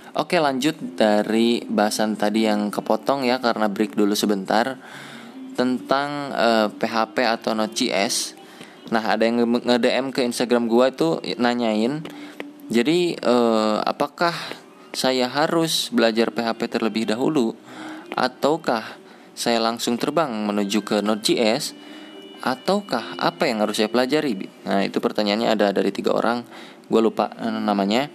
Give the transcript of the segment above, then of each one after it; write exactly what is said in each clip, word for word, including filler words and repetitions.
Oke, lanjut dari bahasan tadi yang kepotong ya karena break dulu sebentar, tentang uh, P H P atau Node.js. Nah, ada yang nge-D M ke Instagram gua itu nanyain, jadi uh, apakah saya harus belajar P H P terlebih dahulu ataukah saya langsung terbang menuju ke Node.js, ataukah apa yang harus saya pelajari? Nah, itu pertanyaannya ada dari tiga orang, gue lupa uh, namanya.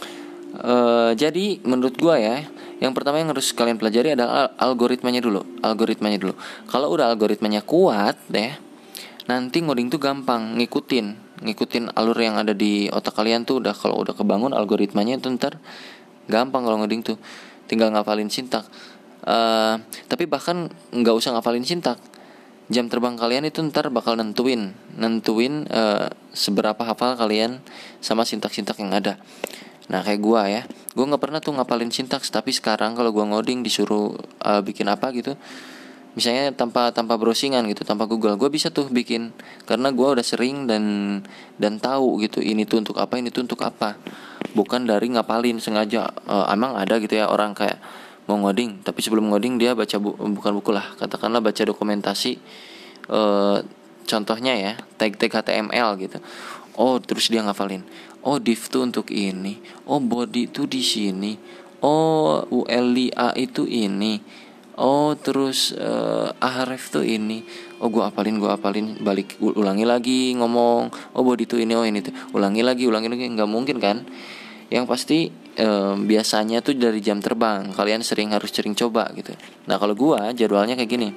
Uh, jadi menurut gue ya, yang pertama yang harus kalian pelajari adalah algoritmanya dulu. Algoritmanya dulu. Kalau udah algoritmanya kuat deh, nanti ngoding tuh gampang, ngikutin, ngikutin alur yang ada di otak kalian tuh udah, kalau udah kebangun algoritmanya itu ntar gampang kalau ngoding tuh, tinggal ngafalin sintak. Uh, tapi bahkan nggak usah ngafalin sintak, jam terbang kalian itu ntar bakal nentuin, nentuin uh, seberapa hafal kalian sama sintak-sintak yang ada. Nah kayak gue ya, gue nggak pernah tuh ngapalin sintaks, tapi sekarang kalau gue ngoding disuruh uh, bikin apa gitu, misalnya tanpa tanpa browsingan gitu, tanpa Google, gue bisa tuh bikin, karena gue udah sering dan dan tahu gitu ini tuh untuk apa, ini tuh untuk apa, bukan dari ngapalin sengaja. Uh, emang ada gitu ya orang kayak mau ngoding, tapi sebelum ngoding dia baca bu- bukan buku lah, katakanlah baca dokumentasi, uh, contohnya ya tag-tag H T M L gitu. Oh, terus dia ngafalin. Oh, div tuh untuk ini. Oh, body tuh di sini. Oh, U L I A itu ini. Oh, terus uh, ahref tuh ini. Oh, gua apalin, gua apalin, balik ulangi lagi ngomong. Oh, body tuh ini, oh ini tuh. Ulangi lagi, ulangi lagi, enggak mungkin kan? Yang pasti uh, biasanya tuh dari jam terbang. Kalian sering harus sering coba gitu. Nah, kalau gua jadwalnya kayak gini.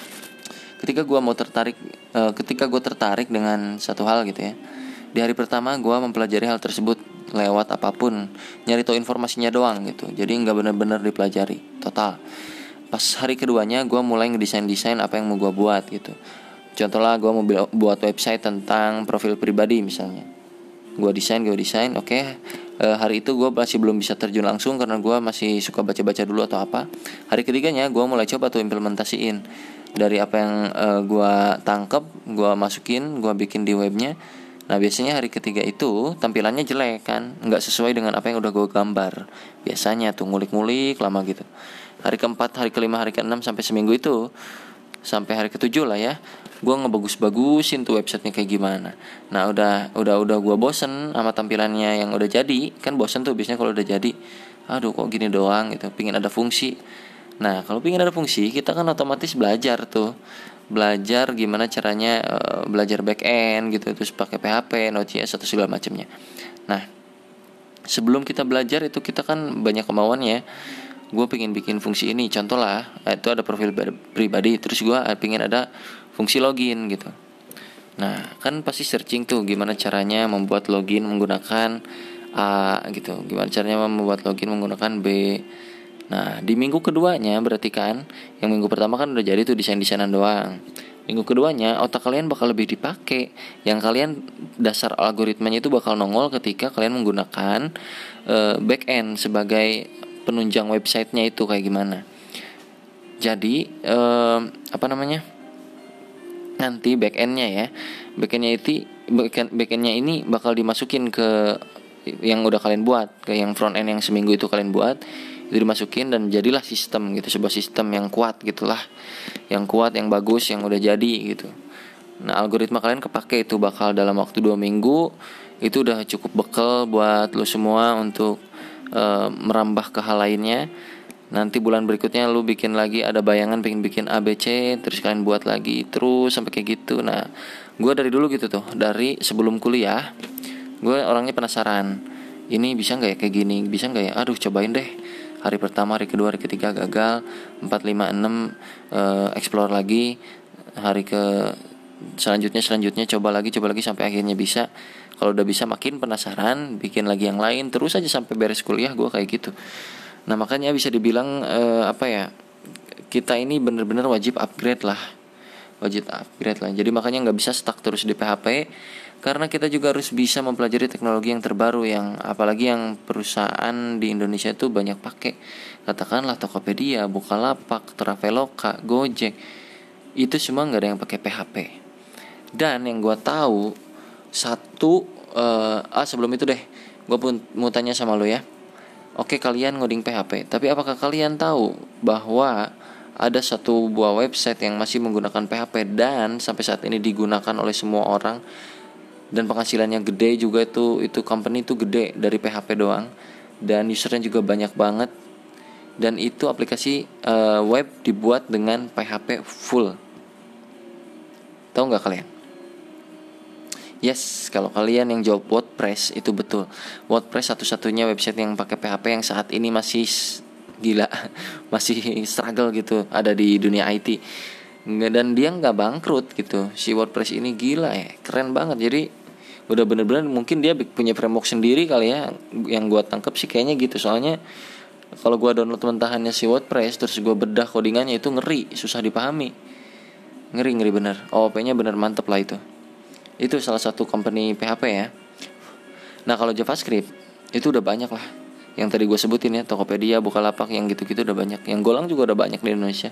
Ketika gua mau tertarik uh, ketika gua tertarik dengan satu hal gitu ya, di hari pertama gue mempelajari hal tersebut lewat apapun, nyari tahu informasinya doang gitu. Jadi nggak benar-benar dipelajari total. Pas hari keduanya gue mulai ngedesain-desain apa yang mau gue buat gitu. Contohnya gue mau buat website tentang profil pribadi misalnya. Gue desain, gue desain, oke. Okay. E, hari itu gue masih belum bisa terjun langsung karena gue masih suka baca-baca dulu atau apa. Hari ketiganya gue mulai coba tuh implementasiin dari apa yang e, gue tangkep, gue masukin, gue bikin di webnya. Nah biasanya hari ketiga itu tampilannya jelek kan, nggak sesuai dengan apa yang udah gue gambar. Biasanya tuh ngulik-ngulik lama gitu. Hari keempat, hari kelima, hari keenam sampai seminggu itu, sampai hari ketujuh lah ya, gue ngebagus-bagusin tuh websitenya kayak gimana. Nah udah udah udah gue bosen sama tampilannya yang udah jadi, kan bosen tuh biasanya kalau udah jadi. Aduh kok gini doang gitu, pingin ada fungsi. Nah kalau pingin ada fungsi, kita kan otomatis belajar tuh. Belajar gimana caranya uh, belajar back end gitu, terus pakai P H P, Node.js atau segala macamnya. Nah, sebelum kita belajar itu kita kan banyak kemauan ya. Gue pengen bikin fungsi ini, contoh lah, itu ada profil pribadi, terus gue pengen ada fungsi login gitu. Nah, kan pasti searching tuh gimana caranya membuat login menggunakan A gitu, gimana caranya membuat login menggunakan B. Nah di minggu keduanya berarti kan, yang minggu pertama kan udah jadi tuh desain-desainan doang. Minggu keduanya otak kalian bakal lebih dipakai. Yang kalian dasar algoritmanya itu bakal nongol ketika kalian menggunakan uh, back end sebagai penunjang websitenya itu kayak gimana. Jadi uh, apa namanya? Nanti back endnya ya, back endnya itu back endnya ini bakal dimasukin ke yang udah kalian buat, ke yang front end yang seminggu itu kalian buat. Itu dimasukin dan jadilah sistem gitu, sebuah sistem yang kuat gitulah, yang kuat, yang bagus, yang udah jadi gitu. Nah algoritma kalian kepake itu bakal dalam waktu dua minggu, itu udah cukup bekal buat lo semua untuk uh, merambah ke hal lainnya. Nanti bulan berikutnya lu bikin lagi, ada bayangan pengen bikin A B C, terus kalian buat lagi terus sampai kayak gitu. Nah gue dari dulu gitu tuh, dari sebelum kuliah gue orangnya penasaran, ini bisa gak ya kayak gini, bisa gak ya, aduh cobain deh. Hari pertama, hari kedua, hari ketiga gagal, empat, lima, enam uh, explore lagi. Hari ke selanjutnya selanjutnya coba lagi, coba lagi sampai akhirnya bisa. Kalau udah bisa makin penasaran, bikin lagi yang lain, terus aja sampai beres kuliah gue kayak gitu. Nah makanya bisa dibilang uh, apa ya, kita ini bener-bener wajib upgrade lah, wajib upgrade lah. Jadi makanya nggak bisa stuck terus di P H P, karena kita juga harus bisa mempelajari teknologi yang terbaru, yang apalagi yang perusahaan di Indonesia itu banyak pakai. Katakanlah Tokopedia, Bukalapak, Traveloka, Gojek, itu semua nggak ada yang pakai P H P. Dan yang gue tahu satu uh, ah sebelum itu deh, gue pun mau tanya sama lo ya. Oke, kalian ngoding P H P, tapi apakah kalian tahu bahwa ada satu buah website yang masih menggunakan P H P dan sampai saat ini digunakan oleh semua orang dan penghasilannya gede juga, itu itu company itu gede dari P H P doang dan usernya juga banyak banget, dan itu aplikasi uh, web dibuat dengan P H P full. Tahu nggak kalian? Yes, kalau kalian yang jawab WordPress itu betul. WordPress satu-satunya website yang pakai P H P yang saat ini masih gila, masih struggle gitu, ada di dunia I T. Dan dia nggak bangkrut gitu. Si WordPress ini gila ya, keren banget. Jadi udah bener-bener mungkin dia punya framework sendiri kali ya. Yang gua tangkep sih kayaknya gitu. Soalnya kalau gua download mentahannya si WordPress terus gua bedah codingannya itu ngeri, susah dipahami. Ngeri ngeri bener. O O P-nya bener mantep lah itu. Itu salah satu company P H P ya. Nah kalau JavaScript itu udah banyak lah. Yang tadi gue sebutin ya, Tokopedia, Bukalapak, yang gitu-gitu udah banyak. Yang Golang juga udah banyak di Indonesia.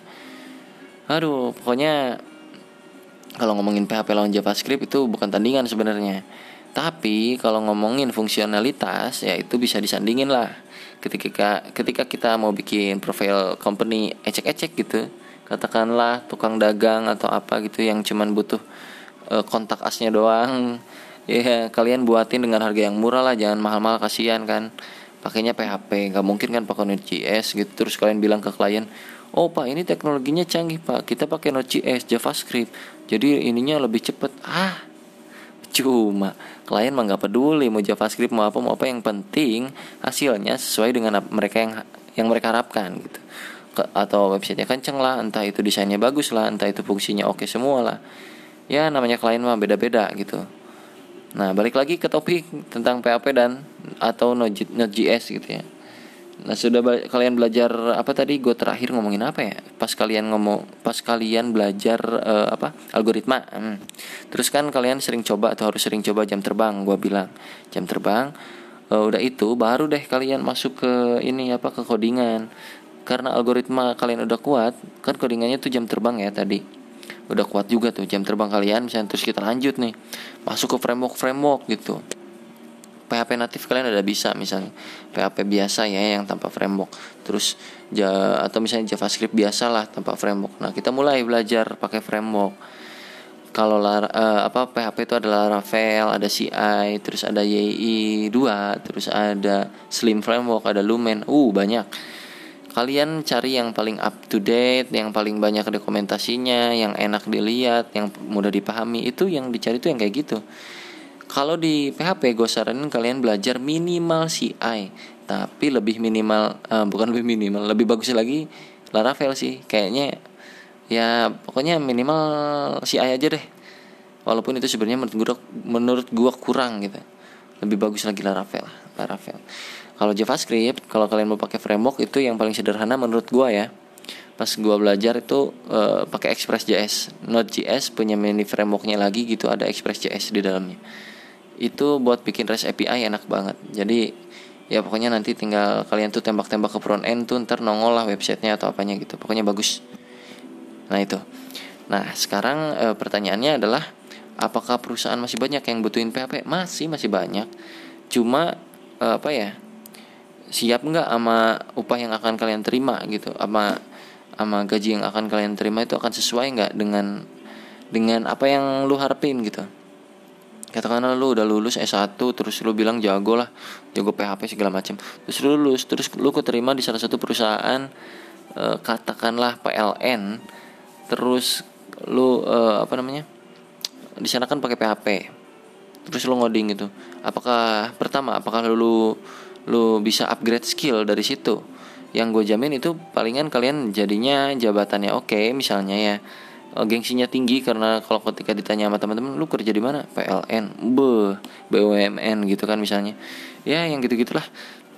Aduh, pokoknya kalau ngomongin P H P lawan JavaScript itu bukan tandingan sebenarnya. Tapi kalau ngomongin fungsionalitas ya itu bisa disandingin lah. Ketika ketika kita mau bikin profil company ecek-ecek gitu, katakanlah tukang dagang atau apa gitu yang cuman butuh kontak asnya doang, ya kalian buatin dengan harga yang murah lah, jangan mahal-mahal, kasihan kan pakainya P H P, nggak mungkin kan pakai Node.js gitu. Terus kalian bilang ke klien, oh pak ini teknologinya canggih pak, kita pakai Node.js, JavaScript, jadi ininya lebih cepet. Ah cuma klien mah nggak peduli mau JavaScript mau apa mau apa, yang penting hasilnya sesuai dengan mereka yang yang mereka harapkan gitu. Atau websitenya kenceng lah, entah itu desainnya bagus lah, entah itu fungsinya oke semua lah. Ya namanya klien mah beda-beda gitu. Nah balik lagi ke topik tentang P H P dan atau Node.js gitu ya. Nah sudah ba- kalian belajar apa tadi? Gue terakhir ngomongin apa ya? Pas kalian ngomong, pas kalian belajar uh, apa? Algoritma. Hmm. Terus kan kalian sering coba atau harus sering coba jam terbang. Gue bilang jam terbang. Uh, udah itu baru deh kalian masuk ke ini apa? Ke codingan. Karena algoritma kalian udah kuat, kan codingannya tuh jam terbang ya tadi. Udah kuat juga tuh jam terbang kalian, misalnya terus kita lanjut nih masuk ke framework-framework gitu. P H P natif kalian udah bisa, misalnya P H P biasa ya yang tanpa framework, terus ja, atau misalnya JavaScript biasa lah tanpa framework. Nah kita mulai belajar pakai framework. Kalau lar, uh, apa P H P itu ada Laravel, ada C I, terus ada Y I dua, terus ada Slim Framework, ada Lumen, uh banyak. Kalian cari yang paling up to date, yang paling banyak dokumentasinya, yang enak dilihat, yang mudah dipahami. Itu yang dicari tuh yang kayak gitu. Kalau di P H P gue saranin kalian belajar minimal C I, tapi lebih minimal uh, bukan lebih minimal, lebih bagus lagi Laravel sih kayaknya. Ya pokoknya minimal C I aja deh. Walaupun itu sebenarnya menurut gue menurut gue kurang gitu. Lebih bagus lagi Laravel, Laravel. Kalau JavaScript, kalau kalian mau pakai framework itu yang paling sederhana menurut gua ya. Pas gua belajar itu uh, pakai Express.js. Node.js punya mini frameworknya lagi gitu, ada Express.js di dalamnya. Itu buat bikin REST A P I enak banget. Jadi ya pokoknya nanti tinggal kalian tuh tembak-tembak ke front end tuh ntar nongol lah websitenya atau apanya gitu. Pokoknya bagus. Nah itu. Nah sekarang uh, pertanyaannya adalah apakah perusahaan masih banyak yang butuhin P H P? Masih, masih banyak. Cuma uh, apa ya? Siap nggak sama upah yang akan kalian terima gitu, sama sama gaji yang akan kalian terima itu akan sesuai nggak dengan dengan apa yang lu harapin gitu. Katakanlah lu udah lulus S satu terus lu bilang jago lah, jago P H P segala macam, terus lu lulus terus lu keterima di salah satu perusahaan e, katakanlah P L N, terus lu e, apa namanya di sana kan pakai P H P, terus lu ngoding gitu. Apakah pertama apakah lu lu bisa upgrade skill dari situ? Yang gue jamin itu palingan kalian jadinya jabatannya oke okay, misalnya ya, gengsinya tinggi karena kalau ketika ditanya sama teman-teman lu kerja di mana, P L N, be, B U M N gitu kan misalnya, ya yang gitu-gitulah.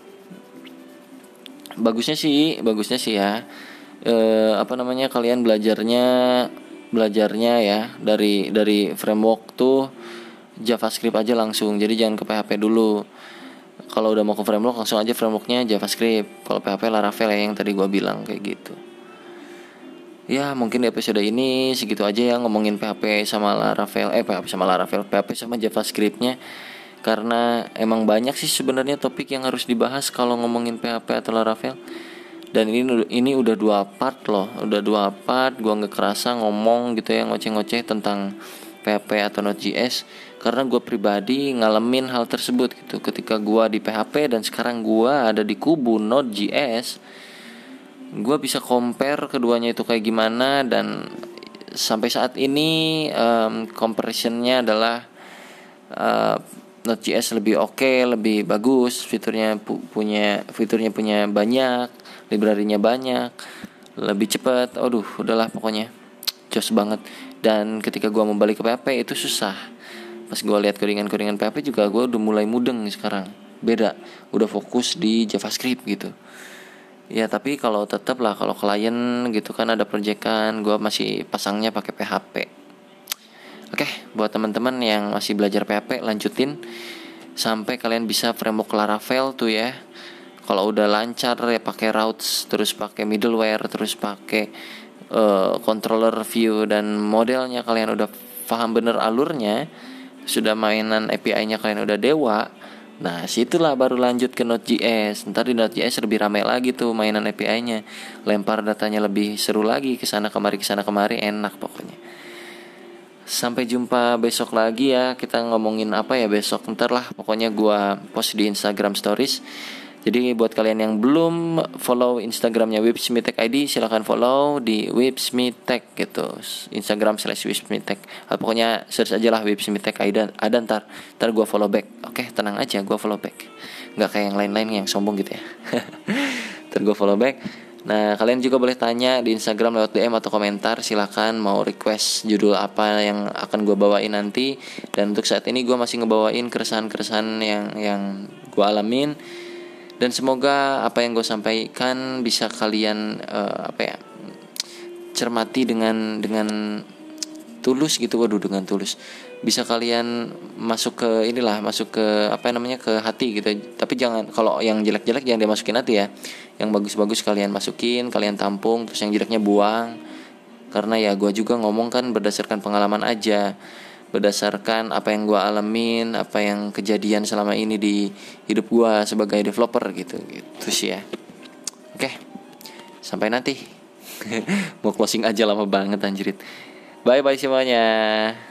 Bagusnya sih, bagusnya sih ya, e, apa namanya kalian belajarnya belajarnya ya dari dari framework tuh JavaScript aja langsung, jadi jangan ke P H P dulu. Kalau udah mau ke framework langsung aja frameworknya JavaScript. Kalau P H P Laravel ya yang tadi gue bilang kayak gitu. Ya mungkin di episode ini segitu aja ya ngomongin P H P sama Laravel, eh P H P sama Laravel, P H P sama JavaScriptnya. karena emang banyak sih sebenarnya topik yang harus dibahas kalau ngomongin P H P atau Laravel. Dan ini ini udah dua part loh, udah dua part. Gua nggak kerasa ngomong gitu ya, ngoceh-ngoceh tentang P H P atau Node.js, karena gue pribadi ngalamin hal tersebut gitu. Ketika gue di P H P dan sekarang gue ada di kubu Node.js, gue bisa compare keduanya itu kayak gimana. Dan sampai saat ini um, comparisonnya adalah uh, Node.js lebih oke, okay, lebih bagus, fiturnya pu- punya fiturnya punya banyak, library-nya banyak, lebih cepat. Aduh, udahlah pokoknya jos banget. Dan ketika gue mau balik ke P H P itu susah. Pas gue lihat codingan-codingan P H P juga gue udah mulai mudeng sekarang. Beda, udah fokus di JavaScript gitu. Ya tapi kalau tetap lah, kalau klien gitu kan ada proyekan, gue masih pasangnya pakai P H P. Oke, buat teman-teman yang masih belajar P H P, lanjutin sampai kalian bisa framework Laravel tuh ya. Kalau udah lancar ya pakai routes, terus pakai middleware, terus pakai uh, controller view dan modelnya, kalian udah paham bener alurnya, sudah mainan A P I-nya kalian udah dewa. Nah, situlah baru lanjut ke Node.js. Ntar di Node.js lebih ramai lagi tuh mainan A P I-nya. Lempar datanya lebih seru lagi, kesana kemari kesana kemari, enak pokoknya. Sampai jumpa besok lagi ya. Kita ngomongin apa ya besok? Ntar lah, pokoknya gua post di Instagram Stories. Jadi buat kalian yang belum follow Instagramnya Wipsmitech I D, silahkan follow di Wipsmitech gitu, Instagram slash Wipsmitech. Pokoknya search aja lah Wipsmitech I D, ada ntar, ntar gue follow back. Oke, tenang aja, gue follow back. Nggak kayak yang lain-lain yang sombong gitu ya. Ntar gue follow back. Nah, kalian juga boleh tanya di Instagram lewat D M atau komentar. Silahkan mau request judul apa yang akan gue bawain nanti. Dan untuk saat ini gue masih ngebawain keresahan-keresahan yang yang gue alamin. Dan semoga apa yang gue sampaikan bisa kalian uh, apa ya cermati dengan dengan tulus gitu. Waduh, dengan tulus bisa kalian masuk ke inilah, masuk ke apa namanya ke hati gitu. Tapi jangan, kalau yang jelek-jelek jangan dimasukin hati ya. Yang bagus-bagus kalian masukin, kalian tampung, terus yang jeleknya buang. Karena ya gue juga ngomong kan berdasarkan pengalaman aja, berdasarkan apa yang gue alamin, apa yang kejadian selama ini di hidup gue sebagai developer gitu gitu sih ya. Oke, sampai nanti. Mau closing aja lama banget anjirit. Bye bye semuanya.